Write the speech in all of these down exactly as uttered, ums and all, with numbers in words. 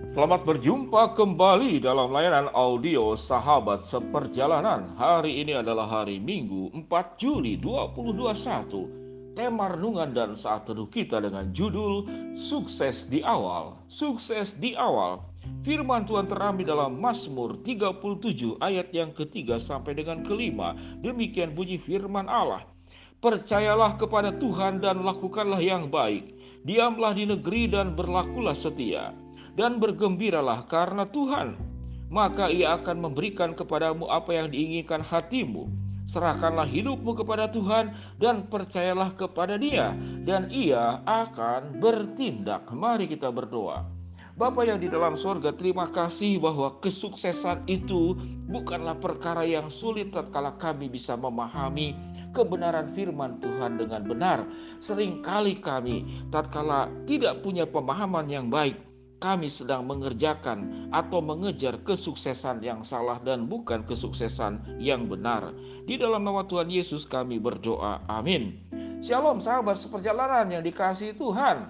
Selamat berjumpa kembali dalam layanan audio Sahabat Seperjalanan. Hari ini adalah hari Minggu empat Juli dua ribu dua puluh satu. Tema renungan dan saat teduh kita dengan judul Sukses di Awal. Sukses di Awal. Firman Tuhan terambil dalam Mazmur tiga puluh tujuh ayat yang ketiga sampai dengan kelima. Demikian bunyi firman Allah. Percayalah kepada Tuhan dan lakukanlah yang baik. Diamlah di negeri dan berlakulah setia. Dan bergembiralah karena Tuhan, maka Ia akan memberikan kepadamu apa yang diinginkan hatimu. Serahkanlah hidupmu kepada Tuhan dan percayalah kepada Dia, dan Ia akan bertindak. Mari kita berdoa. Bapa yang di dalam sorga, terima kasih bahwa kesuksesan itu bukanlah perkara yang sulit tatkala kami bisa memahami kebenaran firman Tuhan dengan benar. Seringkali kami tatkala tidak punya pemahaman yang baik, kami sedang mengerjakan atau mengejar kesuksesan yang salah dan bukan kesuksesan yang benar. Di dalam nama Tuhan Yesus kami berdoa. Amin. Shalom sahabat seperjalanan yang dikasihi Tuhan.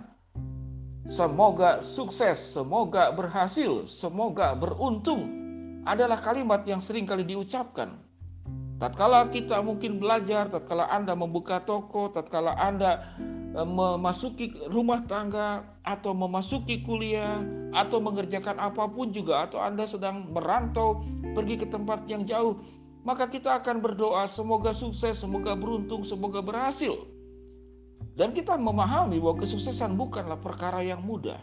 Semoga sukses, semoga berhasil, semoga beruntung adalah kalimat yang sering kali diucapkan. Tatkala kita mungkin belajar, tatkala Anda membuka toko, tatkala Anda memasuki rumah tangga atau memasuki kuliah atau mengerjakan apapun juga, atau Anda sedang merantau pergi ke tempat yang jauh, maka kita akan berdoa semoga sukses, semoga beruntung, semoga berhasil. Dan kita memahami bahwa kesuksesan bukanlah perkara yang mudah.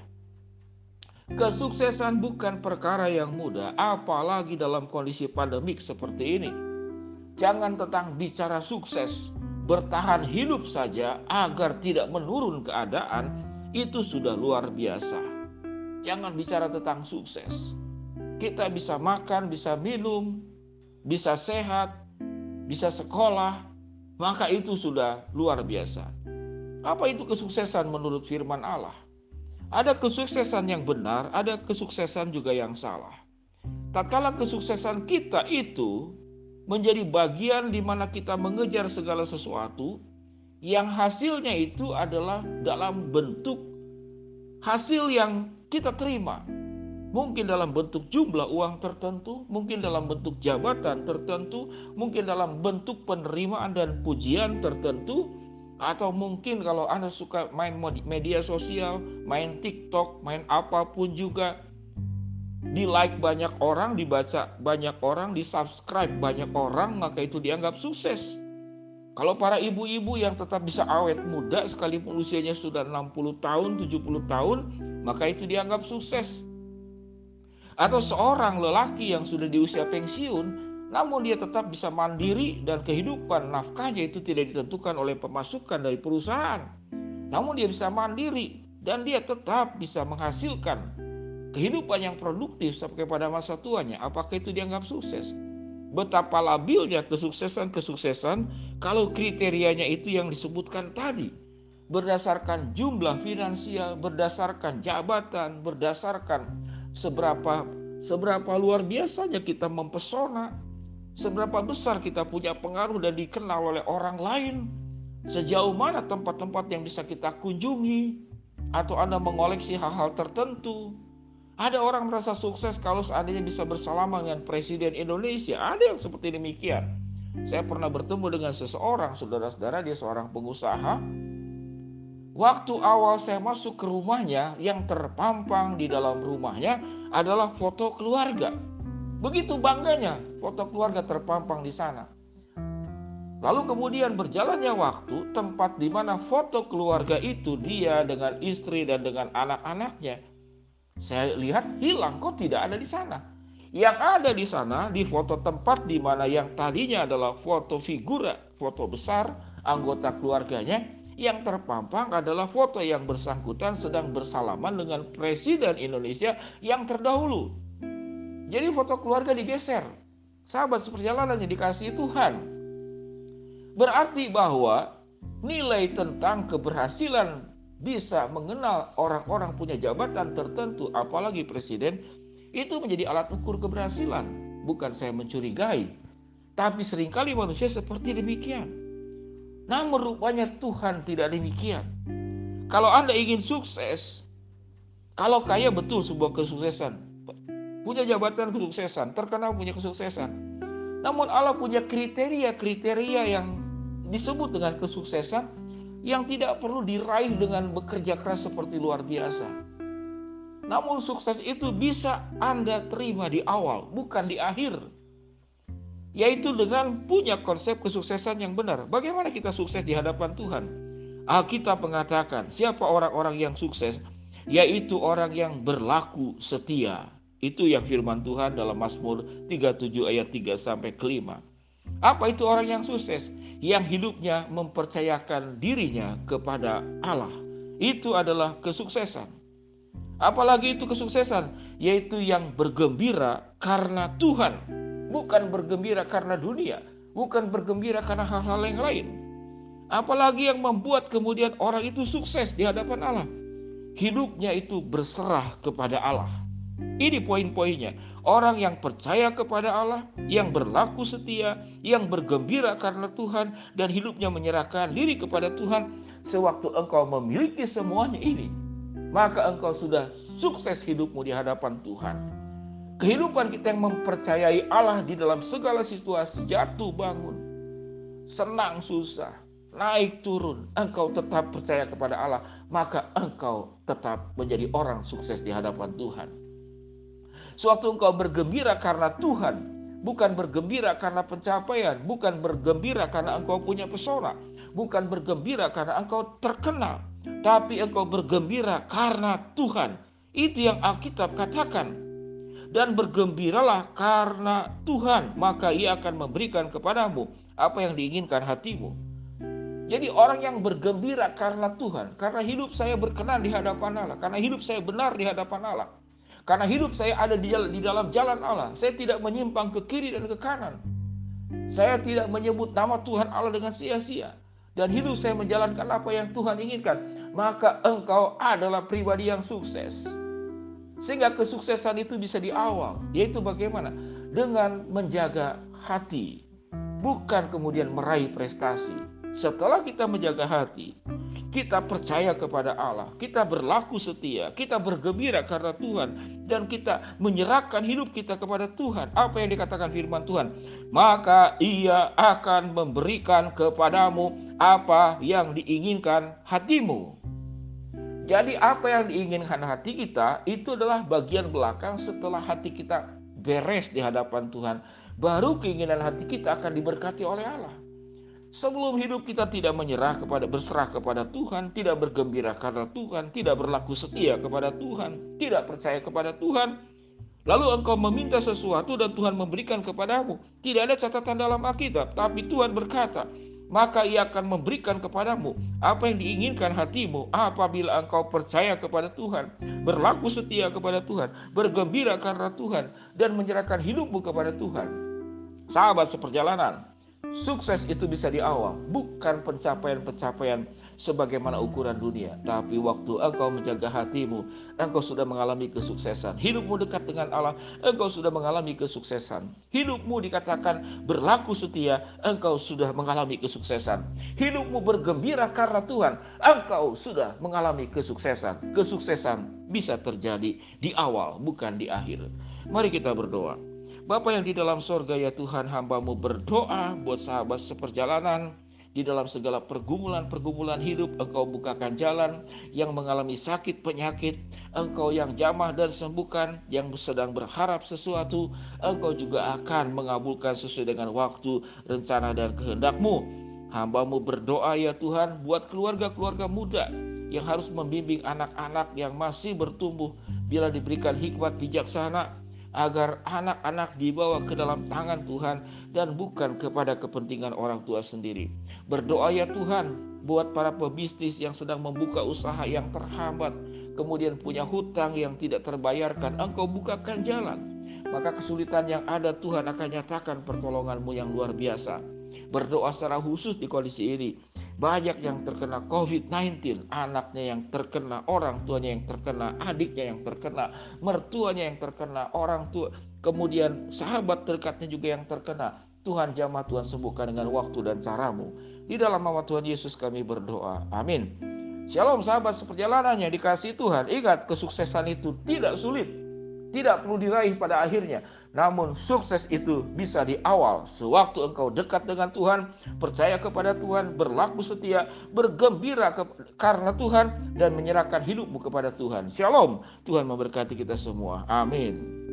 Kesuksesan bukan perkara yang mudah, apalagi dalam kondisi pandemik seperti ini. Jangan tentang bicara sukses, bertahan hidup saja agar tidak menurun keadaan, itu sudah luar biasa. Jangan bicara tentang sukses. Kita bisa makan, bisa minum, bisa sehat, bisa sekolah, maka itu sudah luar biasa. Apa itu kesuksesan menurut firman Allah? Ada kesuksesan yang benar, ada kesuksesan juga yang salah. Tatkala kesuksesan kita itu menjadi bagian di mana kita mengejar segala sesuatu yang hasilnya itu adalah dalam bentuk hasil yang kita terima. Mungkin dalam bentuk jumlah uang tertentu, mungkin dalam bentuk jabatan tertentu, mungkin dalam bentuk penerimaan dan pujian tertentu, atau mungkin kalau Anda suka main media sosial, main TikTok, main apapun juga, di like banyak orang, dibaca banyak orang, di subscribe banyak orang, maka itu dianggap sukses. Kalau para ibu-ibu yang tetap bisa awet muda sekalipun usianya sudah enam puluh tahun, tujuh puluh tahun, maka itu dianggap sukses. Atau seorang lelaki yang sudah di usia pensiun, namun dia tetap bisa mandiri dan kehidupan nafkahnya itu tidak ditentukan oleh pemasukan dari perusahaan. Namun dia bisa mandiri dan dia tetap bisa menghasilkan kehidupan yang produktif sampai pada masa tuanya. Apakah itu dianggap sukses? Betapa labilnya kesuksesan-kesuksesan kalau kriterianya itu yang disebutkan tadi. Berdasarkan jumlah finansial, berdasarkan jabatan, berdasarkan seberapa seberapa luar biasanya kita mempesona, seberapa besar kita punya pengaruh dan dikenal oleh orang lain, sejauh mana tempat-tempat yang bisa kita kunjungi, atau Anda mengoleksi hal-hal tertentu. Ada orang merasa sukses kalau seandainya bisa bersalaman dengan Presiden Indonesia. Ada yang seperti demikian. Saya pernah bertemu dengan seseorang, saudara-saudara, dia seorang pengusaha. Waktu awal saya masuk ke rumahnya, yang terpampang di dalam rumahnya adalah foto keluarga. Begitu bangganya foto keluarga terpampang di sana. Lalu kemudian berjalannya waktu, tempat di mana foto keluarga itu dia dengan istri dan dengan anak-anaknya, saya lihat hilang, kok tidak ada di sana. Yang ada di sana di foto tempat di mana yang tadinya adalah foto figura, foto besar anggota keluarganya, yang terpampang adalah foto yang bersangkutan sedang bersalaman dengan Presiden Indonesia yang terdahulu. Jadi foto keluarga digeser. Sahabat seperjalanan yang dikasihi Tuhan, berarti bahwa nilai tentang keberhasilan bisa mengenal orang-orang punya jabatan tertentu, apalagi presiden, itu menjadi alat ukur keberhasilan. Bukan saya mencurigai, tapi seringkali manusia seperti demikian. Namun rupanya Tuhan tidak demikian. Kalau Anda ingin sukses, Kalau kaya betul sebuah kesuksesan, punya jabatan kesuksesan, terkenal punya kesuksesan. Namun Allah punya kriteria-kriteria yang disebut dengan kesuksesan yang tidak perlu diraih dengan bekerja keras seperti luar biasa. Namun sukses itu bisa Anda terima di awal, bukan di akhir. Yaitu dengan punya konsep kesuksesan yang benar. Bagaimana kita sukses di hadapan Tuhan? Alkitab mengatakan, siapa orang-orang yang sukses? Yaitu orang yang berlaku setia. Itu yang firman Tuhan dalam Mazmur tiga puluh tujuh ayat tiga sampai ke lima. Apa itu orang yang sukses? Yang hidupnya mempercayakan dirinya kepada Allah. Itu adalah kesuksesan. Apalagi itu kesuksesan? Yaitu yang bergembira karena Tuhan. Bukan bergembira karena dunia. Bukan bergembira karena hal-hal yang lain. Apalagi yang membuat kemudian orang itu sukses di hadapan Allah. Hidupnya itu berserah kepada Allah. Ini poin-poinnya. Orang yang percaya kepada Allah, yang berlaku setia, yang bergembira karena Tuhan, dan hidupnya menyerahkan diri kepada Tuhan. Sewaktu engkau memiliki semuanya ini, maka engkau sudah sukses hidupmu di hadapan Tuhan. Kehidupan kita yang mempercayai Allah di dalam segala situasi, jatuh bangun, senang susah, naik turun, engkau tetap percaya kepada Allah, maka engkau tetap menjadi orang sukses di hadapan Tuhan. Sewaktu engkau bergembira karena Tuhan, bukan bergembira karena pencapaian, bukan bergembira karena engkau punya pesona, bukan bergembira karena engkau terkenal, tapi engkau bergembira karena Tuhan. Itu yang Alkitab katakan. Dan bergembiralah karena Tuhan, maka Ia akan memberikan kepadamu apa yang diinginkan hatimu. Jadi orang yang bergembira karena Tuhan, karena hidup saya berkenan di hadapan Allah, karena hidup saya benar di hadapan Allah, karena hidup saya ada di, di dalam jalan Allah. Saya tidak menyimpang ke kiri dan ke kanan. Saya tidak menyebut nama Tuhan Allah dengan sia-sia. Dan hidup saya menjalankan apa yang Tuhan inginkan. Maka engkau adalah pribadi yang sukses. Sehingga kesuksesan itu bisa di awal. Yaitu bagaimana? Dengan menjaga hati. Bukan kemudian meraih prestasi. Setelah kita menjaga hati, kita percaya kepada Allah, kita berlaku setia, kita bergembira karena Tuhan, dan kita menyerahkan hidup kita kepada Tuhan. Apa yang dikatakan firman Tuhan? Maka Ia akan memberikan kepadamu apa yang diinginkan hatimu. Jadi apa yang diinginkan hati kita itu adalah bagian belakang setelah hati kita beres di hadapan Tuhan. Baru keinginan hati kita akan diberkati oleh Allah. Sebelum hidup kita tidak menyerah kepada berserah kepada Tuhan, tidak bergembira karena Tuhan, tidak berlaku setia kepada Tuhan, tidak percaya kepada Tuhan, lalu engkau meminta sesuatu dan Tuhan memberikan kepadamu. Tidak ada catatan dalam Alkitab, tapi Tuhan berkata, maka Ia akan memberikan kepadamu apa yang diinginkan hatimu apabila engkau percaya kepada Tuhan, berlaku setia kepada Tuhan, bergembira karena Tuhan, dan menyerahkan hidupmu kepada Tuhan. Sahabat seperjalanan, sukses itu bisa di awal, bukan pencapaian-pencapaian sebagaimana ukuran dunia. Tapi waktu engkau menjaga hatimu, engkau sudah mengalami kesuksesan. Hidupmu dekat dengan Allah, engkau sudah mengalami kesuksesan. Hidupmu dikatakan berlaku setia, engkau sudah mengalami kesuksesan. Hidupmu bergembira karena Tuhan, engkau sudah mengalami kesuksesan. Kesuksesan bisa terjadi di awal, bukan di akhir. Mari kita berdoa. Bapa yang di dalam sorga, ya Tuhan, hamba-Mu berdoa buat sahabat seperjalanan di dalam segala pergumulan-pergumulan hidup. Engkau bukakan jalan, yang mengalami sakit penyakit, Engkau yang jamah dan sembuhkan, yang sedang berharap sesuatu, Engkau juga akan mengabulkan sesuai dengan waktu, rencana dan kehendak-Mu. Hamba-Mu berdoa, ya Tuhan, buat keluarga-keluarga muda yang harus membimbing anak-anak yang masih bertumbuh, bila diberikan hikmat bijaksana, agar anak-anak dibawa ke dalam tangan Tuhan dan bukan kepada kepentingan orang tua sendiri. Berdoa, ya Tuhan, buat para pebisnis yang sedang membuka usaha yang terhambat, kemudian punya hutang yang tidak terbayarkan, Engkau bukakan jalan. Maka kesulitan yang ada, Tuhan akan nyatakan pertolongan-Mu yang luar biasa. Berdoa secara khusus di kondisi ini. Banyak yang terkena covid sembilan belas, anaknya yang terkena, orang tuanya yang terkena, adiknya yang terkena, mertuanya yang terkena, orang tua, kemudian sahabat dekatnya juga yang terkena. Tuhan jamah, Tuhan sembuhkan dengan waktu dan cara-Mu. Di dalam nama Tuhan Yesus kami berdoa. Amin. Shalom sahabat seperjalanan yang dikasihi Tuhan. Ingat, kesuksesan itu tidak sulit. Tidak perlu diraih pada akhirnya. Namun sukses itu bisa di awal. Sewaktu engkau dekat dengan Tuhan, percaya kepada Tuhan, berlaku setia, bergembira ke- karena Tuhan, dan menyerahkan hidupmu kepada Tuhan. Shalom. Tuhan memberkati kita semua. Amin.